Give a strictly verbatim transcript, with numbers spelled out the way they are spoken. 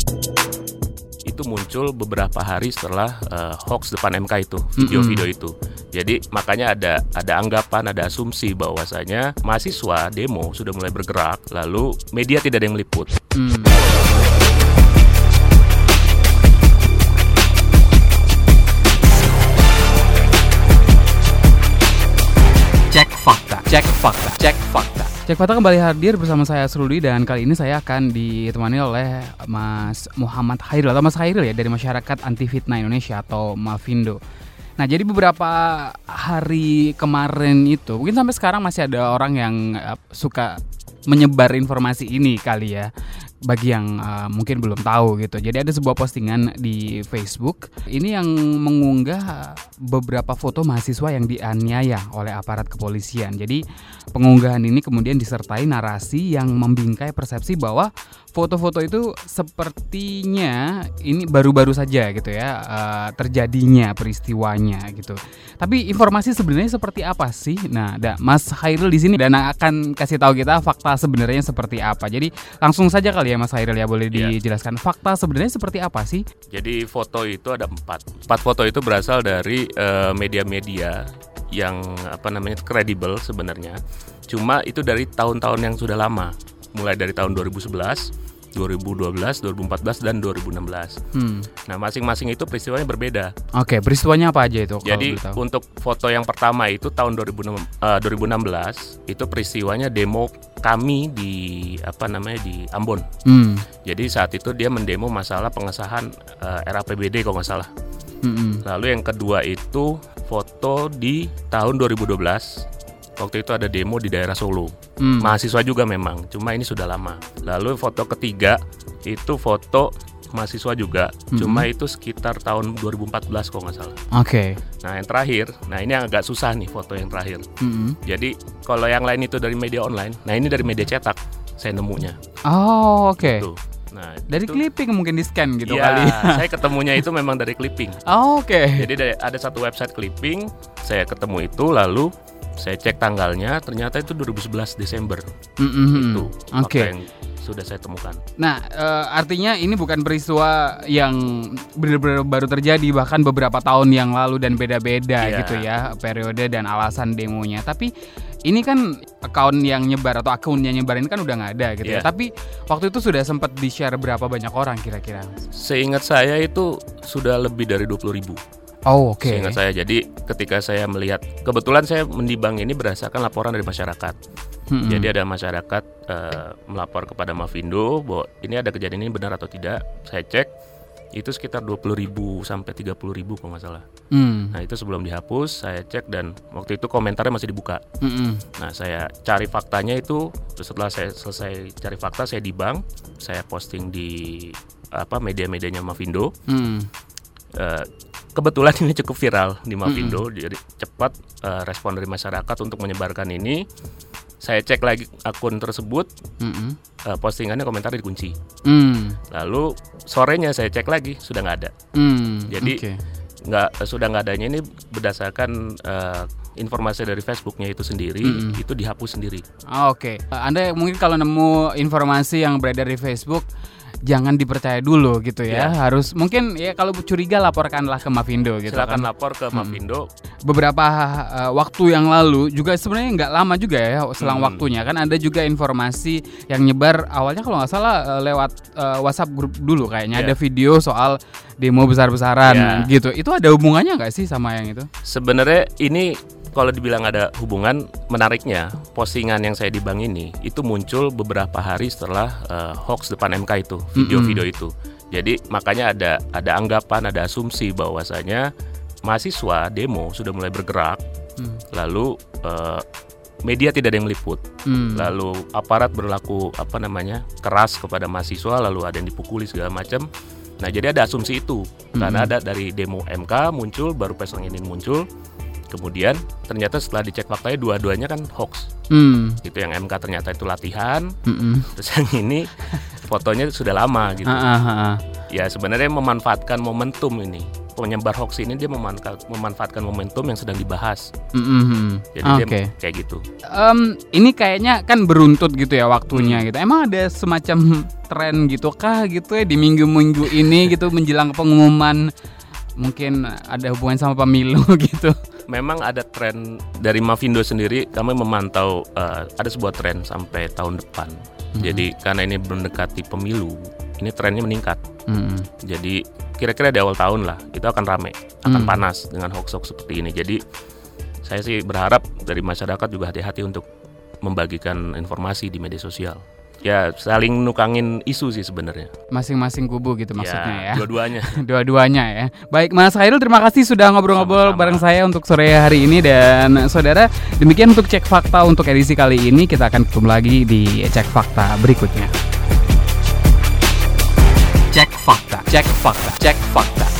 Itu muncul beberapa hari setelah uh, hoax depan M K itu, video-video itu. Jadi makanya ada ada anggapan, ada asumsi bahwasanya mahasiswa demo sudah mulai bergerak, lalu media tidak ada yang meliput. Mm. Cek fakta, cek fakta, cek fakta. Cek fakta kembali hadir bersama saya Asruli, dan kali ini saya akan ditemani oleh Mas Muhammad Khairil atau Mas Khairil ya, dari Masyarakat Anti Fitnah Indonesia atau Mafindo. Nah, jadi beberapa hari kemarin itu, mungkin sampai sekarang masih ada orang yang uh, suka menyebar informasi ini kali ya, bagi yang uh, mungkin belum tahu gitu. Jadi ada sebuah postingan di Facebook ini yang mengunggah beberapa foto mahasiswa yang dianiaya oleh aparat kepolisian. Jadi pengunggahan ini kemudian disertai narasi yang membingkai persepsi bahwa foto-foto itu sepertinya ini baru-baru saja gitu ya uh, terjadinya peristiwanya gitu. Tapi informasi sebenarnya seperti apa sih? Nah, ada Mas Khairil di sini dan akan kasih tahu kita fakta sebenarnya seperti apa. Jadi langsung saja kali ya Mas Khairil ya, boleh dijelaskan ya. Fakta sebenarnya seperti apa sih? Jadi foto itu ada empat. Empat foto itu berasal dari uh, media-media yang apa namanya kredibel sebenarnya. Cuma itu dari tahun-tahun yang sudah lama. Mulai dari tahun dua ribu sebelas, dua ribu dua belas, dua ribu empat belas, dan dua ribu enam belas. Hmm. Nah, masing-masing itu peristiwanya berbeda. Oke, peristiwanya apa aja itu? Jadi untuk foto yang pertama itu tahun dua ribu enam belas, itu peristiwanya demo kami di apa namanya di Ambon. Hmm. Jadi saat itu dia mendemo masalah pengesahan uh, R A P B D kalau nggak salah. Hmm. Lalu yang kedua itu foto di tahun dua ribu dua belas. Waktu itu ada demo di daerah Solo, hmm. mahasiswa juga memang, cuma ini sudah lama. Lalu foto ketiga itu foto mahasiswa juga, hmm. cuma itu sekitar tahun dua ribu empat belas kalau nggak salah. Oke. Okay. Nah yang terakhir, nah ini yang agak susah nih foto yang terakhir. Hmm. Jadi kalau yang lain itu dari media online, nah ini dari media cetak saya nemunya. Oh oke. Okay. Gitu. Nah, dari itu, clipping mungkin di scan gitu ya, kali. Saya ketemunya itu memang dari clipping. Oh, oke. Okay. Jadi ada satu website clipping, saya ketemu itu lalu saya cek tanggalnya, ternyata itu dua ribu sebelas Desember. Mm-hmm. Itu fakta okay. yang sudah saya temukan. Nah, e, artinya ini bukan peristiwa yang benar-benar baru terjadi, bahkan beberapa tahun yang lalu dan beda-beda yeah. gitu ya periode dan alasan demonya. Tapi ini kan akun yang nyebar atau akun yang nyebar ini kan udah nggak ada gitu yeah. ya. Tapi waktu itu sudah sempat di-share berapa banyak orang kira-kira? Seingat saya itu sudah lebih dari dua puluh ribu. Oh oke. Okay. Seingat saya, jadi ketika saya melihat, kebetulan saya mendibang ini berdasarkan laporan dari masyarakat. Hmm. Jadi ada masyarakat uh, melapor kepada Mafindo bahwa ini ada kejadian ini benar atau tidak. Saya cek itu sekitar dua puluh ribu sampai tiga puluh ribu kalau nggak salah. Hmm. Nah itu sebelum dihapus saya cek dan waktu itu komentarnya masih dibuka. Hmm. Nah saya cari faktanya itu, setelah saya selesai cari fakta saya dibang, saya posting di apa media-medianya Mafindo. Hmm. Uh, kebetulan ini cukup viral di Mafindo, mm-hmm. jadi cepat uh, respon dari masyarakat untuk menyebarkan ini. Saya cek lagi akun tersebut, mm-hmm. uh, postingannya komentarnya dikunci. Mm. Lalu sorenya saya cek lagi sudah nggak ada. Mm. Jadi okay. nggak sudah nggak adanya ini berdasarkan uh, informasi dari Facebooknya itu sendiri, mm-hmm. itu dihapus sendiri. Oh, Oke, okay. Anda mungkin kalau nemu informasi yang beredar di Facebook, jangan dipercaya dulu gitu ya. ya. Harus mungkin ya kalau curiga laporkanlah ke Mafindo gitu. Silakan kan. lapor ke Mafindo. Hmm. Beberapa uh, waktu yang lalu juga sebenarnya nggak lama juga ya selang hmm. waktunya kan ada juga informasi yang nyebar awalnya kalau nggak salah uh, lewat uh, WhatsApp grup dulu kayaknya yeah. ada video soal demo besar-besaran yeah. gitu. Itu ada hubungannya nggak sih sama yang itu? Sebenarnya ini kalau dibilang ada hubungan, menariknya postingan yang saya dibang ini itu muncul beberapa hari setelah uh, hoax depan M K itu, video-video mm-hmm. itu. Jadi makanya ada ada anggapan, ada asumsi bahwasanya mahasiswa demo sudah mulai bergerak, mm. lalu uh, media tidak ada yang meliput, mm. lalu aparat berlaku apa namanya keras kepada mahasiswa, lalu ada yang dipukuli segala macam. Nah jadi ada asumsi itu mm-hmm. karena ada dari demo M K muncul, baru pesong ini muncul. Kemudian ternyata setelah dicek faktanya dua-duanya kan hoax. Hmm. Itu yang M K ternyata itu latihan. Mm-mm. Terus yang ini fotonya sudah lama gitu. Ah, ah, ah. Ya sebenarnya memanfaatkan momentum ini. penyebar hoax ini dia memanfaatkan, memanfaatkan momentum yang sedang dibahas. Mm-hmm. Jadi okay. dia kayak gitu. Um, ini kayaknya kan beruntut gitu ya waktunya hmm. gitu. Emang ada semacam tren gitu kah gitu ya di minggu-minggu ini gitu menjelang pengumuman mungkin ada hubungan sama pemilu gitu? Memang ada tren dari Mavindo sendiri, kami memantau uh, ada sebuah tren sampai tahun depan. Mm-hmm. Jadi karena ini mendekati pemilu, ini trennya meningkat. Mm-hmm. Jadi kira-kira di awal tahun lah itu akan rame, akan mm. panas dengan hoax-hoax seperti ini. Jadi saya sih berharap dari masyarakat juga hati-hati untuk membagikan informasi di media sosial. Ya saling nukangin isu sih sebenarnya. Masing-masing kubu gitu maksudnya ya. Ya dua-duanya. Dua-duanya ya. Baik Mas Khairul, terima kasih sudah ngobrol-ngobrol Sama-sama. bareng saya untuk sore hari ini. Dan saudara, demikian untuk Cek Fakta untuk edisi kali ini. Kita akan ketemu lagi di Cek Fakta berikutnya. Cek Fakta, Cek Fakta, Cek Fakta.